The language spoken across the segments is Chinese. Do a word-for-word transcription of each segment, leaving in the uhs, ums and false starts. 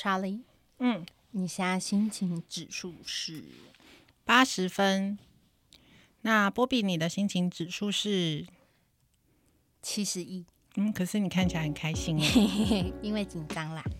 Charlie， 嗯， 你现在心情指数是八十分。那波比，你的心情指数是七十一。 嗯，可是你看起来很开心耶。 因为紧张啦。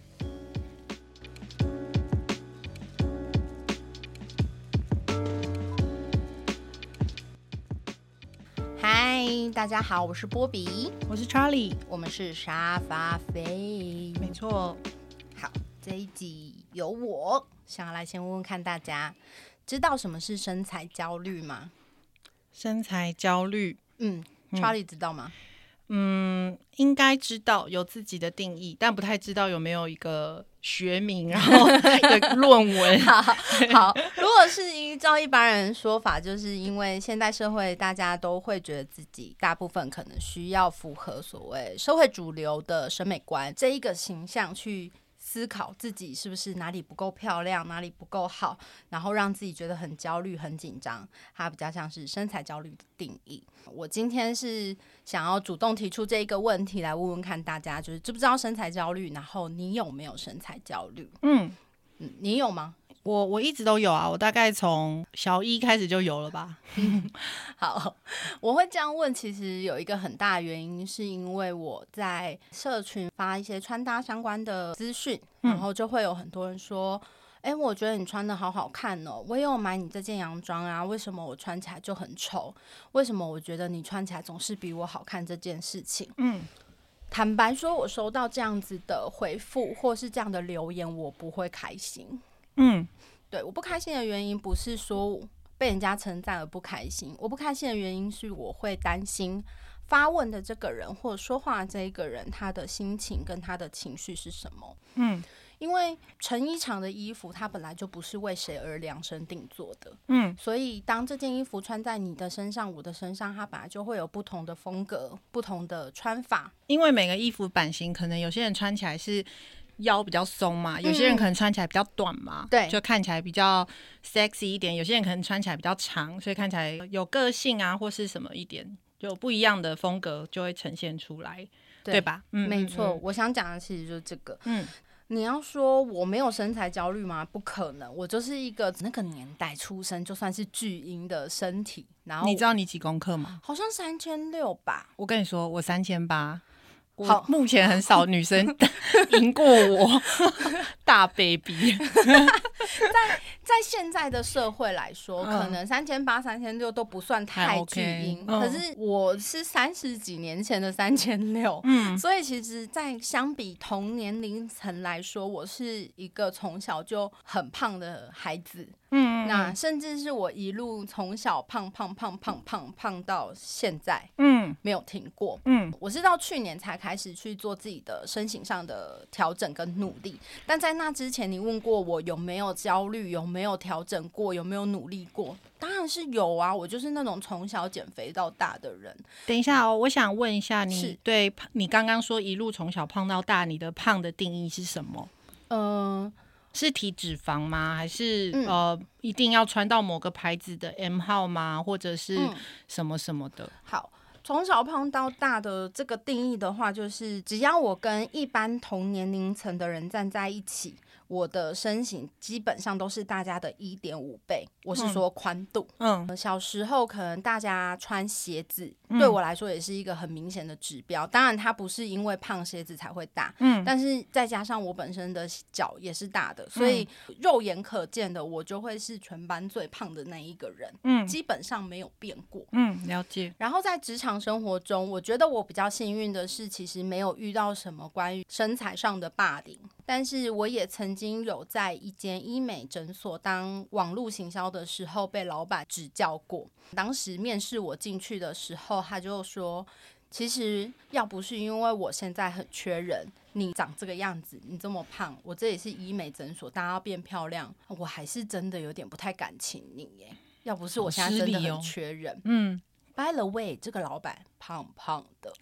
嗨，大家好，我是波比， 我是 Charlie， 我们是沙发飞。 没错。 好，这一集由我想要来先问问看大家，知道什么是身材焦虑吗？ 身材焦虑， 嗯 ，Charlie 知道吗？ 嗯，应该知道，有自己的定义，但不太知道有没有一个学名，然后一个论文。 好，好，如果是依照一般人说法，就是因为现代社会大家都会觉得自己大部分可能需要符合所谓社会主流的审美观这一个形象去思考自己是不是哪里不够漂亮，哪里不够好，然后让自己觉得很焦虑很紧张，它比较像是身材焦虑的定义。我今天是想要主动提出这一个问题来问问看大家，就是知不知道身材焦虑，然后你有没有身材焦虑？ 嗯嗯，你有吗？ 我我一直都有啊，我大概从小一开始就有了吧。 好，我会这样问，其实有一个很大的原因，是因为我在社群发一些穿搭相关的资讯，然后就会有很多人说，哎、欸，我觉得你穿的好好看哦，我也有买你这件洋装啊，为什么我穿起来就很丑？为什么我觉得你穿起来总是比我好看这件事情？嗯，坦白说，我收到这样子的回复或是这样的留言，我不会开心。嗯，对，我不开心的原因不是说被人家称赞而不开心，我不开心的原因是我会担心发问的这个人或者说话的这一个人他的心情跟他的情绪是什么。嗯，因为成衣厂的衣服它本来就不是为谁而量身定做的。嗯，所以当这件衣服穿在你的身上我的身上，它本来就会有不同的风格不同的穿法， 因为每个衣服版型可能有些人穿起来是腰比较松嘛，有些人可能穿起来比较短嘛，对、嗯，就看起来比较 sexy 一点，有些人可能穿起来比较长，所以看起来有个性啊或是什么一点，就不一样的风格就会呈现出来， 对, 对吧？嗯， 没错、嗯嗯、我想讲的其实就是这个。嗯，你要说我没有身材焦虑吗？不可能，我就是一个那个年代出生就算是巨婴的身体。然后你知道你几公克吗？ 好像三千六吧。 我跟你说我三千八，我目前很少女生赢过我大 baby 在在现在的社会来说、嗯、可能三千八三千六都不算太巨婴、OK 嗯、可是我是三十几年前的三千六，嗯，所以其实在相比同年龄层来说，我是一个从小就很胖的孩子。嗯，那甚至是我一路从小胖胖胖胖胖胖到现在，嗯，没有停过。嗯，我是到去年才开始去做自己的身形上的调整跟努力，但在那之前，你问过我有没有焦虑，有没有调整过，有没有努力过？当然是有啊，我就是那种从小减肥到大的人。 等一下哦，我想问一下，你对你刚刚说一路从小胖到大，你的胖的定义是什么？嗯、呃。是体脂肪吗？还是、嗯、呃，一定要穿到某个牌子的 M 号吗？或者是什么什么的？嗯、 好，从小胖到大的这个定义的话，就是只要我跟一般同年龄层的人站在一起，我的身形基本上都是大家的 一点五 倍，我是说宽度。嗯、呃，小时候可能大家穿鞋子、嗯、对我来说也是一个很明显的指标，当然它不是因为胖鞋子才会大，嗯，但是再加上我本身的脚也是大的，所以肉眼可见的我就会是全班最胖的那一个人，嗯，基本上没有变过。 嗯，了解。 然后在职场生活中，我觉得我比较幸运的是其实没有遇到什么关于身材上的霸凌，但是我也曾经有在一间医美诊所当网络行销的时候被老板指教过。当时面试我进去的时候，他就说其实要不是因为我现在很缺人，你长这个样子，你这么胖，我这也是医美诊所，大家要变漂亮，我还是真的有点不太敢请你耶。要不是我现在真的很缺人、哦、嗯 By the way 这个老板胖胖的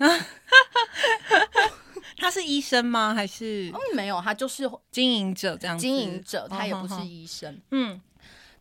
他是医生吗？还是、 嗯、没有，他就是经营者这样子。 经营者，他也不是医生。嗯，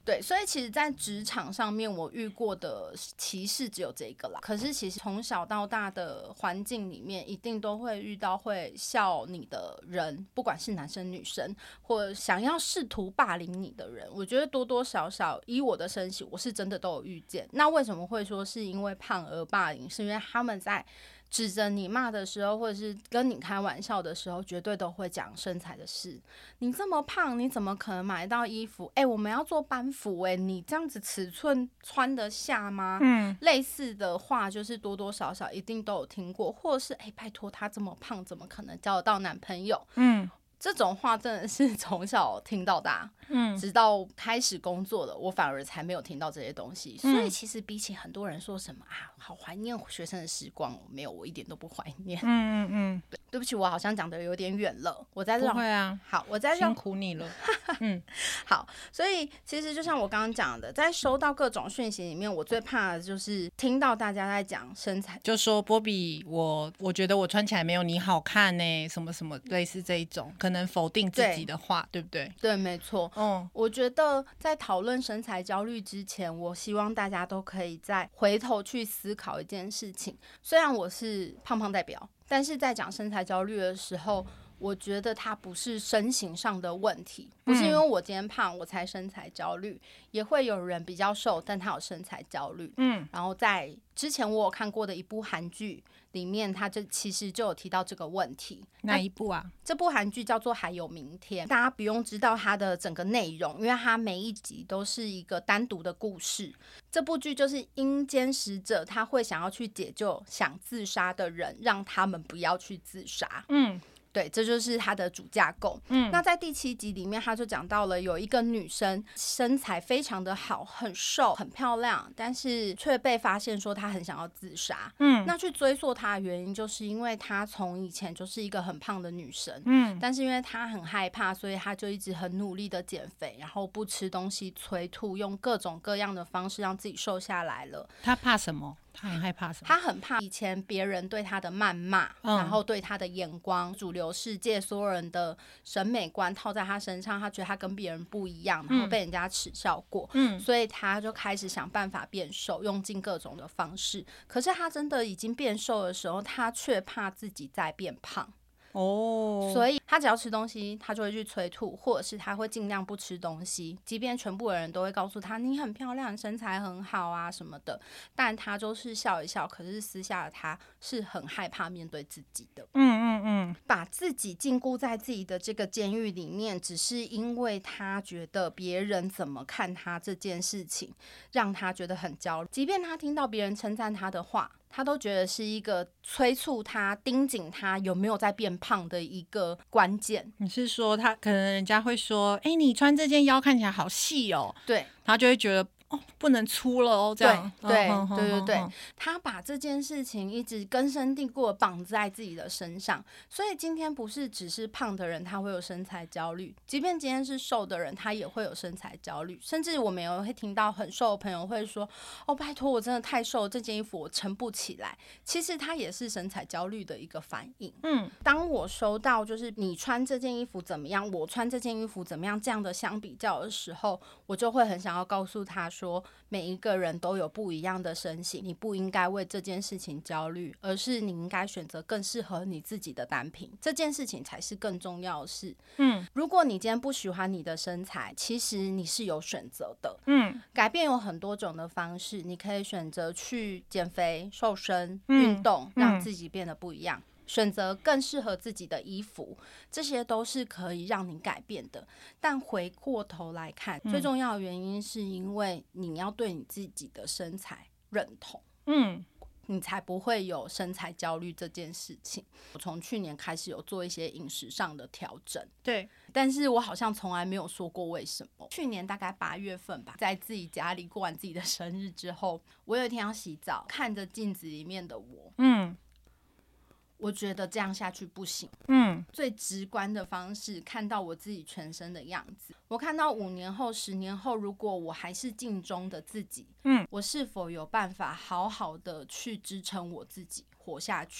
对，所以其实在职场上面我遇过的歧视只有这个啦，可是其实从小到大的环境里面一定都会遇到会笑你的人，不管是男生女生，或者想要试图霸凌你的人，我觉得多多少少以我的身形我是真的都有遇见。那为什么会说是因为胖而霸凌，是因为他们在指着你骂的时候，或者是跟你开玩笑的时候，绝对都会讲身材的事。你这么胖，你怎么可能买到衣服？哎、欸，我们要做班服、欸，哎，你这样子尺寸穿得下吗？嗯，类似的话就是多多少少一定都有听过，或者是哎、欸，拜托他这么胖，怎么可能交得到男朋友？嗯。这种话真的是从小听到大，嗯，直到开始工作了，我反而才没有听到这些东西。所以其实比起很多人说什么啊，好怀念学生的时光，没有，我一点都不怀念。嗯嗯嗯，对，对不起，我好像讲的有点远了。我在这不会啊， 好，我在辛苦你了。嗯， 好，所以其实就像我刚刚讲的，在收到各种讯息里面，我最怕的就是听到大家在讲身材， 就说波比，我我觉得我穿起来没有你好看呢、欸，什么什么类似这一种。可能否定自己的话， 对, 对不对？ 对，没错。嗯，我觉得在讨论身材焦虑之前，我希望大家都可以再回头去思考一件事情。虽然我是胖胖代表，但是在讲身材焦虑的时候，我觉得它不是身形上的问题，不是因为我今天胖我才身材焦虑，也会有人比较瘦，但他有身材焦虑。嗯，然后在之前我有看过的一部韩剧里面，他就其实就有提到这个问题。 哪一部啊？ 这部韩剧叫做《还有明天》，大家不用知道它的整个内容，因为它每一集都是一个单独的故事。这部剧就是阴间使者，他会想要去解救想自杀的人，让他们不要去自杀。嗯。对，这就是他的主架构。嗯，那在第七集里面，他就讲到了有一个女生身材非常的好，很瘦，很漂亮，但是却被发现说她很想要自杀。嗯，那去追溯她的原因，就是因为她从以前就是一个很胖的女生。嗯，但是因为她很害怕，所以她就一直很努力的减肥，然后不吃东西，催吐，用各种各样的方式让自己瘦下来了。 她怕什么？他很害怕什么？ 他很怕以前别人对他的谩骂、嗯，然后对他的眼光，主流世界所有人的审美观套在他身上，他觉得他跟别人不一样，然后被人家耻笑过，嗯，所以他就开始想办法变瘦，用尽各种的方式。可是他真的已经变瘦的时候，他却怕自己再变胖。哦，所以他只要吃东西，他就会去催吐，或者是他会尽量不吃东西，即便全部的人都会告诉他你很漂亮，身材很好啊什么的，但他就是笑一笑，可是私下的他是很害怕面对自己的。嗯嗯嗯，把自己禁锢在自己的这个监狱里面，只是因为他觉得别人怎么看他这件事情，让他觉得很焦虑。即便他听到别人称赞他的话，他都觉得是一个催促他、盯紧他有没有在变胖的一个关键。 你是说他可能人家会说，哎、欸，你穿这件腰看起来好细哦， 对， 他就会觉得哦，不能粗了哦，这样。 对、嗯、对对对对，他把这件事情一直根深蒂固的绑在自己的身上，所以今天不是只是胖的人他会有身材焦虑，即便今天是瘦的人他也会有身材焦虑，甚至我们也会听到很瘦的朋友会说，哦，拜托我真的太瘦，这件衣服我撑不起来。其实他也是身材焦虑的一个反应。嗯，当我收到就是你穿这件衣服怎么样，我穿这件衣服怎么样这样的相比较的时候，我就会很想要告诉他说，每一个人都有不一样的身形，你不应该为这件事情焦虑，而是你应该选择更适合你自己的单品，这件事情才是更重要的事。嗯，如果你今天不喜欢你的身材，其实你是有选择的。嗯，改变有很多种的方式，你可以选择去减肥、瘦身、运动，让自己变得不一样。选择更适合自己的衣服，这些都是可以让你改变的。但回过头来看，嗯、最重要的原因是因为你要对你自己的身材认同，嗯，你才不会有身材焦虑这件事情。我从去年开始有做一些饮食上的调整， 对， 但是我好像从来没有说过为什么。去年大概八月份吧，在自己家里过完自己的生日之后，我有一天要洗澡，看着镜子里面的我，嗯。我觉得这样下去不行。嗯，最直观的方式看到我自己全身的样子，我看到五年后、十年后，如果我还是镜中的自己，嗯，我是否有办法好好的去支撑我自己活下去？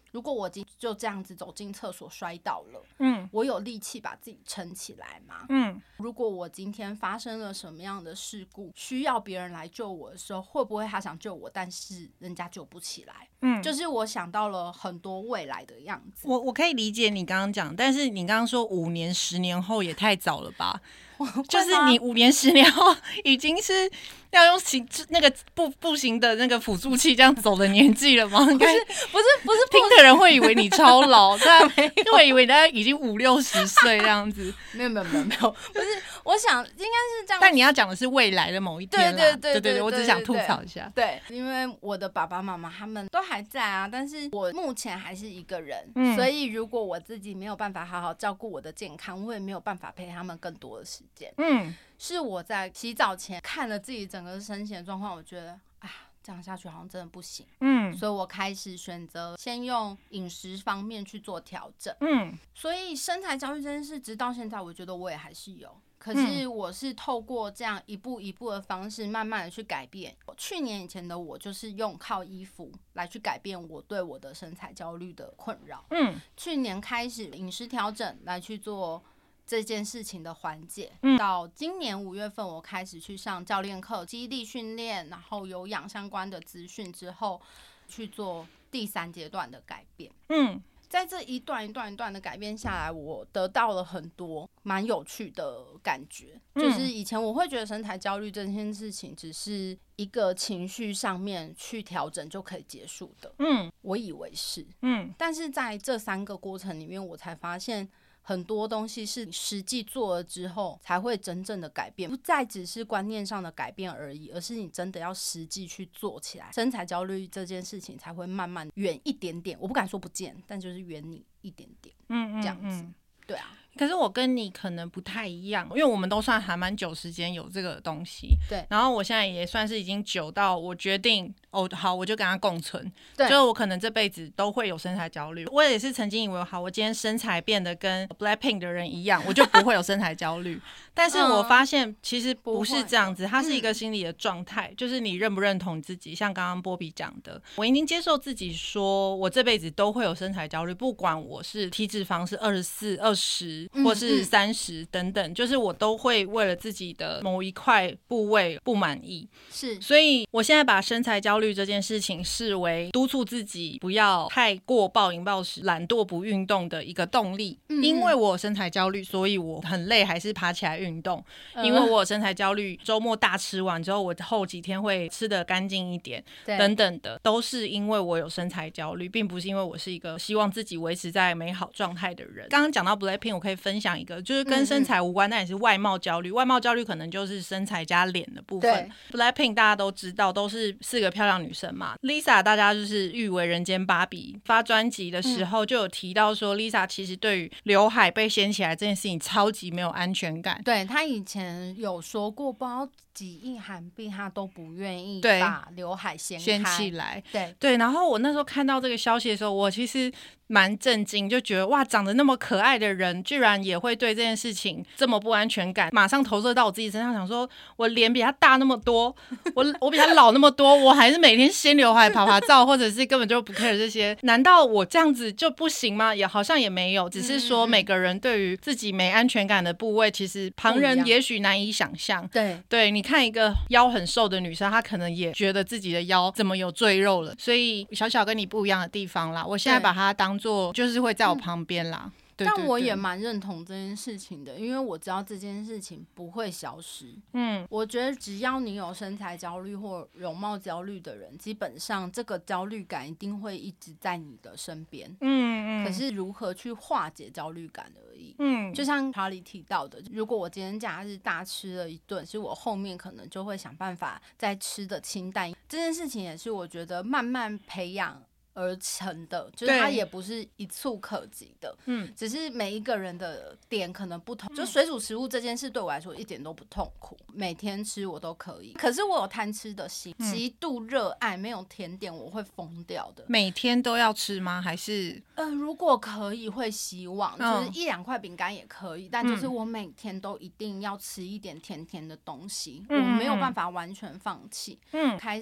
如果我就这样子走进厕所摔倒了， 嗯， 我有力气把自己撑起来吗？ 嗯， 如果我今天发生了什么样的事故，需要别人来救我的时候，会不会他想救我，但是人家救不起来？嗯，就是我想到了很多未来的样子。 我我可以理解你刚刚讲，但是你刚刚说五年、十年后也太早了吧？就是你五年、十年后已经是要用行那个步步行的那个辅助器这样走的年纪了吗？ 不是不是不是， 听的人会以为你超老，但会以为大家已经五六十岁这样子。 没有没有没有没有，不是，我想应该是这样。 但你要讲的是未来的某一天啦。 对对对对对对，我只想吐槽一下。 对，因为我的爸爸妈妈他们都还在啊，但是我目前还是一个人， 嗯、 所以如果我自己没有办法好好照顾我的健康，我也没有办法陪他们更多的时间。 嗯。 是我在洗澡前看了自己整个身形的状况，我觉得啊，这样下去好像真的不行。嗯，所以我开始选择先用饮食方面去做调整。嗯，所以身材焦虑这件事，直到现在，我觉得我也还是有。可是我是透过这样一步一步的方式，慢慢的去改变。去年以前的我，就是用靠衣服来去改变我对我的身材焦虑的困扰。嗯，去年开始饮食调整来去做这件事情的缓解、嗯、到今年五月份我开始去上教练课、肌力训练，然后有氧相关的资讯之后，去做第三阶段的改变。嗯，在这一段一段一段的改变下来，我得到了很多蛮有趣的感觉。就是以前我会觉得身材焦虑这件事情只是一个情绪上面去调整就可以结束的。嗯，我以为是。嗯，但是在这三个过程里面，我才发现很多东西是实际做了之后才会真正的改变，不再只是观念上的改变而已，而是你真的要实际去做起来，身材焦虑这件事情才会慢慢远一点点，我不敢说不见，但就是远你一点点。嗯嗯嗯，这样子。对啊， 可是我跟你可能不太一样，因为我们都算还蛮久时间有这个东西。 对， 然后我现在也算是已经久到我决定哦，好，我就跟他共存。对，就我可能这辈子都会有身材焦虑。我也是曾经以为，好，我今天身材变得跟 Blackpink 的人一样，我就不会有身材焦虑。但是我发现其实不是这样子，它是一个心理的状态、嗯，就是你认不认同你自己。像刚刚波比讲的，我已经接受自己说，我这辈子都会有身材焦虑，不管我是体脂肪是二十四、二十或是三十等等、嗯嗯，就是我都会为了自己的某一块部位不满意。 是， 所以我现在把身材焦虑这件事情视为督促自己不要太过暴饮暴食、懒惰不运动的一个动力。嗯、因为我有身材焦虑，所以我很累还是爬起来运动。因为我有身材焦虑，周末大吃完之后，我后几天会吃得干净一点，等等的，都是因为我有身材焦虑，并不是因为我是一个希望自己维持在美好状态的人。刚刚讲到 Blackpink， 我可以分享一个，就是跟身材无关，但也是外貌焦虑。外貌焦虑可能就是身材加脸的部分。Blackpink 大家都知道，都是四个漂亮女生嘛。Lisa 大家就是誉为人间芭比，发专辑的时候就有提到说、嗯、Lisa 其实对于刘海被掀起来这件事情超级没有安全感。 对，她以前有说过，不知道几亿韩币她都不愿意把刘海掀掀起来。 对对，然后我那时候看到这个消息的时候，我其实蛮震惊，就觉得哇，长得那么可爱的人居然也会对这件事情这么不安全感，马上投射到我自己身上，想说我脸比他大那么多，我我比他老那么多，我还是每天掀刘海爬爬照，或者是根本就不 care 这些，难道我这样子就不行吗？也好像也没有，只是说每个人对于自己没安全感的部位，其实旁人也许难以想象。 对对，你看一个腰很瘦的女生，她可能也觉得自己的腰怎么有赘肉了，所以小小跟你不一样的地方啦，我现在把它当做就是会在我旁边啦、嗯对对对， 但我也蛮认同这件事情的，因为我知道这件事情不会消失。嗯，我觉得只要你有身材焦虑或容貌焦虑的人，基本上这个焦虑感一定会一直在你的身边。嗯嗯。可是如何去化解焦虑感而已。嗯，就像查理提到的，如果我今天假日大吃了一顿，是我后面可能就会想办法再吃的清淡。这件事情也是我觉得慢慢培养而成的，就是它也不是一触可及的，嗯，只是每一个人的点可能不同。就水煮食物这件事对我来说一点都不痛苦，每天吃我都可以。可是我有贪吃的心，极度热爱，没有甜点我会疯掉的。 每天都要吃吗？还是呃，如果可以会希望，就是一两块饼干也可以，但就是我每天都一定要吃一点甜甜的东西，嗯、我没有办法完全放弃。嗯，开始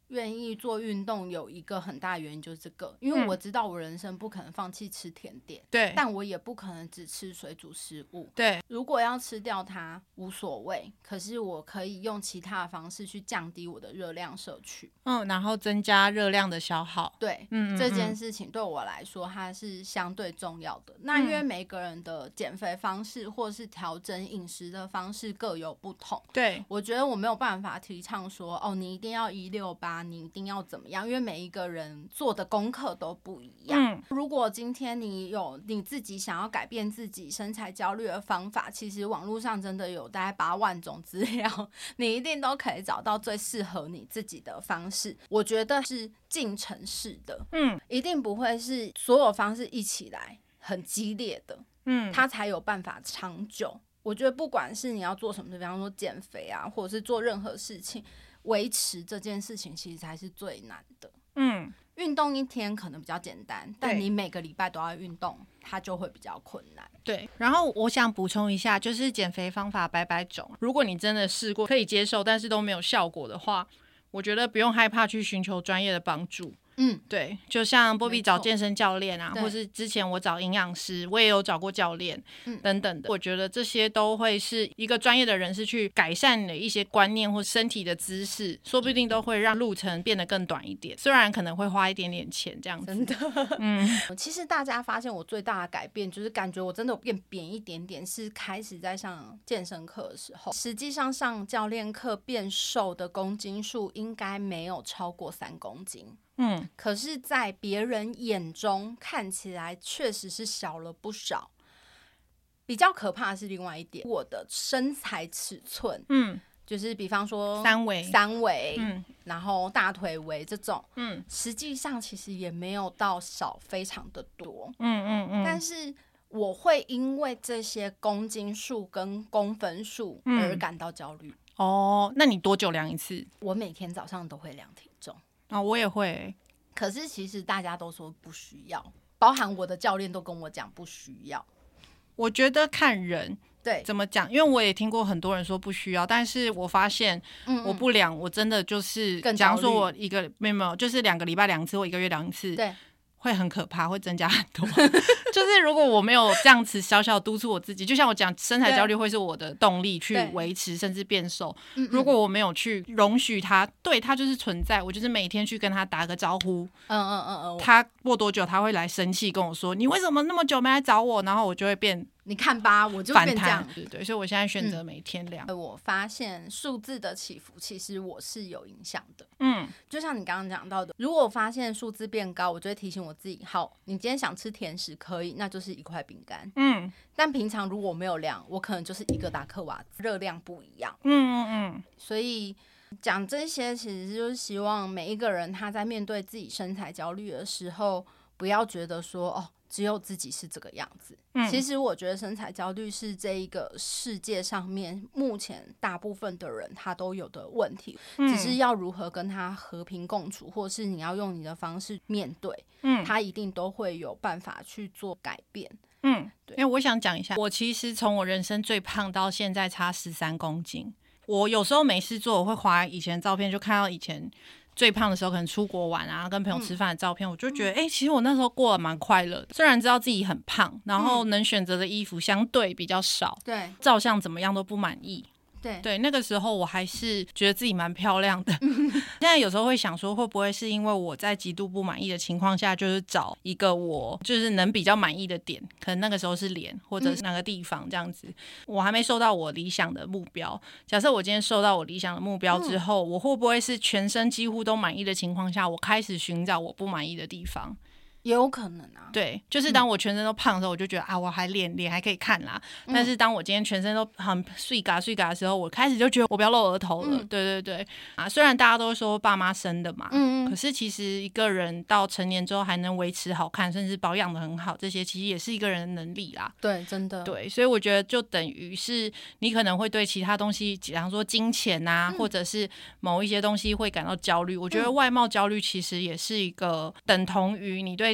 愿意做运动有一个很大的原因就是这个，因为我知道我人生不可能放弃吃甜点，对、嗯，但我也不可能只吃水煮食物，对，如果要吃掉它无所谓，可是我可以用其他的方式去降低我的热量摄取， 嗯，然后增加热量的消耗， 对，嗯嗯嗯，这件事情对我来说它是相对重要的。那因为每个人的减肥方式或是调整饮食的方式各有不同，对，我觉得我没有办法提倡说哦，你一定要一六八，你一定要怎么样，因为每一个人做的功课都不一样、嗯、如果今天你有你自己想要改变自己身材焦虑的方法，其实网络上真的有大概八万种资料，你一定都可以找到最适合你自己的方式。我觉得是进程式的，嗯，一定不会是所有方式一起来很激烈的，嗯，它才有办法长久。我觉得不管是你要做什么，比方说减肥啊，或者是做任何事情，维持这件事情其实才是最难的。嗯，运动一天可能比较简单，但你每个礼拜都要运动，它就会比较困难。 对，然后我想补充一下，就是减肥方法百百种，如果你真的试过可以接受，但是都没有效果的话，我觉得不用害怕去寻求专业的帮助。嗯，对，就像波比找健身教练啊，或是之前我找营养师，我也有找过教练、嗯、等等的，我觉得这些都会是一个专业的人士去改善你的一些观念或身体的姿势，说不定都会让路程变得更短一点，虽然可能会花一点点钱这样子。 真的，嗯，其实大家发现我最大的改变就是感觉我真的有变扁一点点，是开始在上健身课的时候，实际上上教练课变瘦的公斤数应该没有超过三公斤。嗯，可是在别人眼中看起来确实是小了不少。比较可怕的是另外一点，我的身材尺寸，嗯，就是比方说三围三围、嗯、然后大腿围这种，嗯，实际上其实也没有到少非常的多，嗯嗯嗯，但是我会因为这些公斤数跟公分数而感到焦虑、 嗯、哦，那你多久量一次？ 我每天早上都会量体重啊、哦，我也会、欸， 可是其实大家都说不需要，包含我的教练都跟我讲不需要。 我觉得看人， 对， 怎么讲？因为我也听过很多人说不需要，但是我发现我不量，嗯嗯我真的就是假如说我一个没有没有，就是两个礼拜两次，或一个月两次，对。会很可怕，会增加很多就是如果我没有这样子小小督促我自己，就像我讲身材焦虑会是我的动力去维持甚至变瘦，如果我没有去容许它，对它就是存在，我就是每天去跟他打个招呼，嗯嗯嗯嗯，他过多久他会来生气跟我说你为什么那么久没来找我，然后我就会变你看吧，我就变这样， 对对，所以我现在选择每天量、 嗯、我发现数字的起伏其实我是有影响的，嗯，就像你刚刚讲到的，如果我发现数字变高，我就会提醒我自己，好，你今天想吃甜食可以，那就是一块饼干，嗯，但平常如果我没有量，我可能就是一个达克瓦兹，热量不一样，嗯嗯嗯，所以讲这些其实就是希望每一个人他在面对自己身材焦虑的时候，不要觉得说哦只有自己是这个样子、嗯、其实我觉得身材焦虑是这一个世界上面目前大部分的人他都有的问题、嗯、只是要如何跟他和平共处，或是你要用你的方式面对、嗯、他一定都会有办法去做改变。 嗯，对，因为我想讲一下，我其实从我人生最胖到现在差十三公斤，我有时候没事做我会滑以前的照片，就看到以前最胖的时候可能出国玩啊跟朋友吃饭的照片、嗯、我就觉得哎、欸，其实我那时候过得蛮快乐的，虽然知道自己很胖，然后能选择的衣服相对比较少，对，照相怎么样都不满意，对对，那个时候我还是觉得自己蛮漂亮的、嗯、现在有时候会想说会不会是因为我在极度不满意的情况下，就是找一个我就是能比较满意的点，可能那个时候是脸或者是哪个地方这样子、嗯、我还没瘦到我理想的目标，假设我今天瘦到我理想的目标之后、嗯、我会不会是全身几乎都满意的情况下，我开始寻找我不满意的地方， 也有可能啊， 对，就是当我全身都胖的时候、嗯、我就觉得啊，我还脸脸还可以看啦、嗯、但是当我今天全身都很碎嘎碎嘎的时候，我开始就觉得我不要露额头了、嗯、对对对啊，虽然大家都说爸妈生的嘛，嗯嗯，可是其实一个人到成年之后还能维持好看甚至保养得很好，这些其实也是一个人的能力啦， 对，真的， 对，所以我觉得就等于是你可能会对其他东西比方说金钱啊、嗯、或者是某一些东西会感到焦虑，我觉得外貌焦虑其实也是一个等同于你对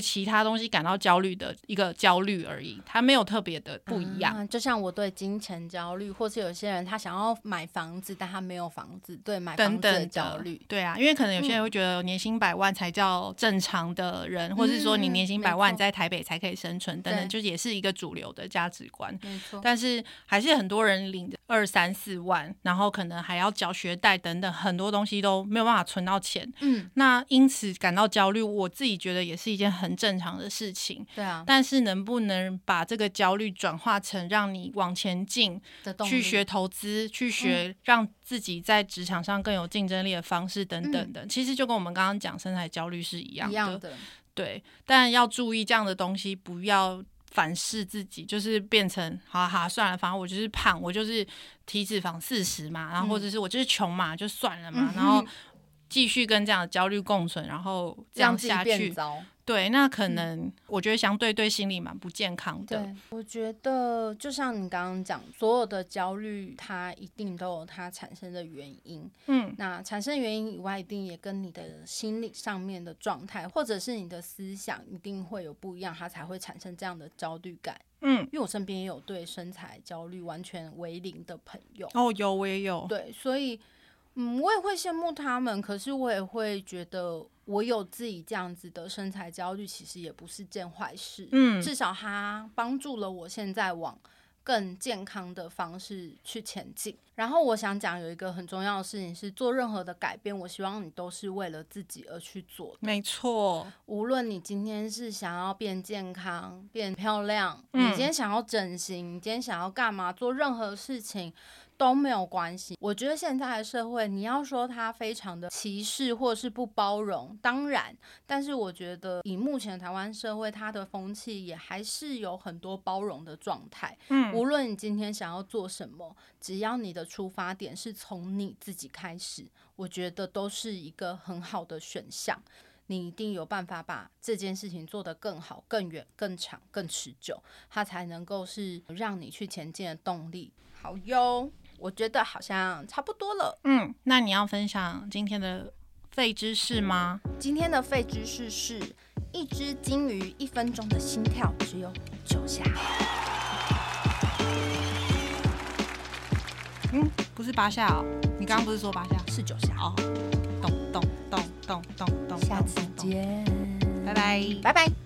其他东西感到焦虑的一个焦虑而已，它没有特别的不一样、 啊、就像我对金钱焦虑，或是有些人他想要买房子但他没有房子，对买房子的焦虑， 对啊，因为可能有些人会觉得年薪百万才叫正常的人、嗯、或是说你年薪百万你在台北才可以生存等等，就也是一个主流的价值观， 没错。 但是还是很多人领二三四万，然后可能还要缴学贷等等，很多东西都没有办法存到钱，嗯，那因此感到焦虑，我自己觉得也是一件很正常的事情， 对啊。 但是能不能把这个焦虑转化成让你往前进，去学投资，去学让自己在职场上更有竞争力的方式等等的、嗯、其实就跟我们刚刚讲身材焦虑是一样的， 一样的， 对。但要注意这样的东西不要反噬自己，就是变成好好算了，反正我就是胖，我就是体脂肪四十嘛，然后或者是我就是穷嘛、嗯、就算了嘛、嗯、然后继续跟这样的焦虑共存，然后这样下去，对，那可能我觉得相对对心理蛮不健康的。 对，我觉得就像你刚刚讲，所有的焦虑它一定都有它产生的原因，嗯，那产生原因以外，一定也跟你的心理上面的状态或者是你的思想一定会有不一样，它才会产生这样的焦虑感。嗯，因为我身边也有对身材焦虑完全为零的朋友。 哦，有，我也有。 对，所以嗯，我也会羡慕他们，可是我也会觉得我有自己这样子的身材焦虑其实也不是件坏事，嗯，至少它帮助了我现在往更健康的方式去前进。然后我想讲有一个很重要的事情是，做任何的改变我希望你都是为了自己而去做的。 没错， 无论你今天是想要变健康变漂亮、嗯、你今天想要整形，你今天想要干嘛，做任何事情都没有关系。我觉得现在的社会你要说它非常的歧视或是不包容，当然，但是我觉得以目前台湾社会它的风气也还是有很多包容的状态、嗯、无论你今天想要做什么，只要你的出发点是从你自己开始，我觉得都是一个很好的选项。你一定有办法把这件事情做得更好更远更长更持久，它才能够是让你去前进的动力。好哟，我觉得好像差不多了。 嗯，那你要分享今天的废知识吗？ 今天的废知识是一只金鱼一分钟的心跳只有九下。 嗯，不是八下哦，你刚刚不是说八下？ 是九下哦。咚咚咚咚咚咚， 下次见， 拜拜， 拜拜。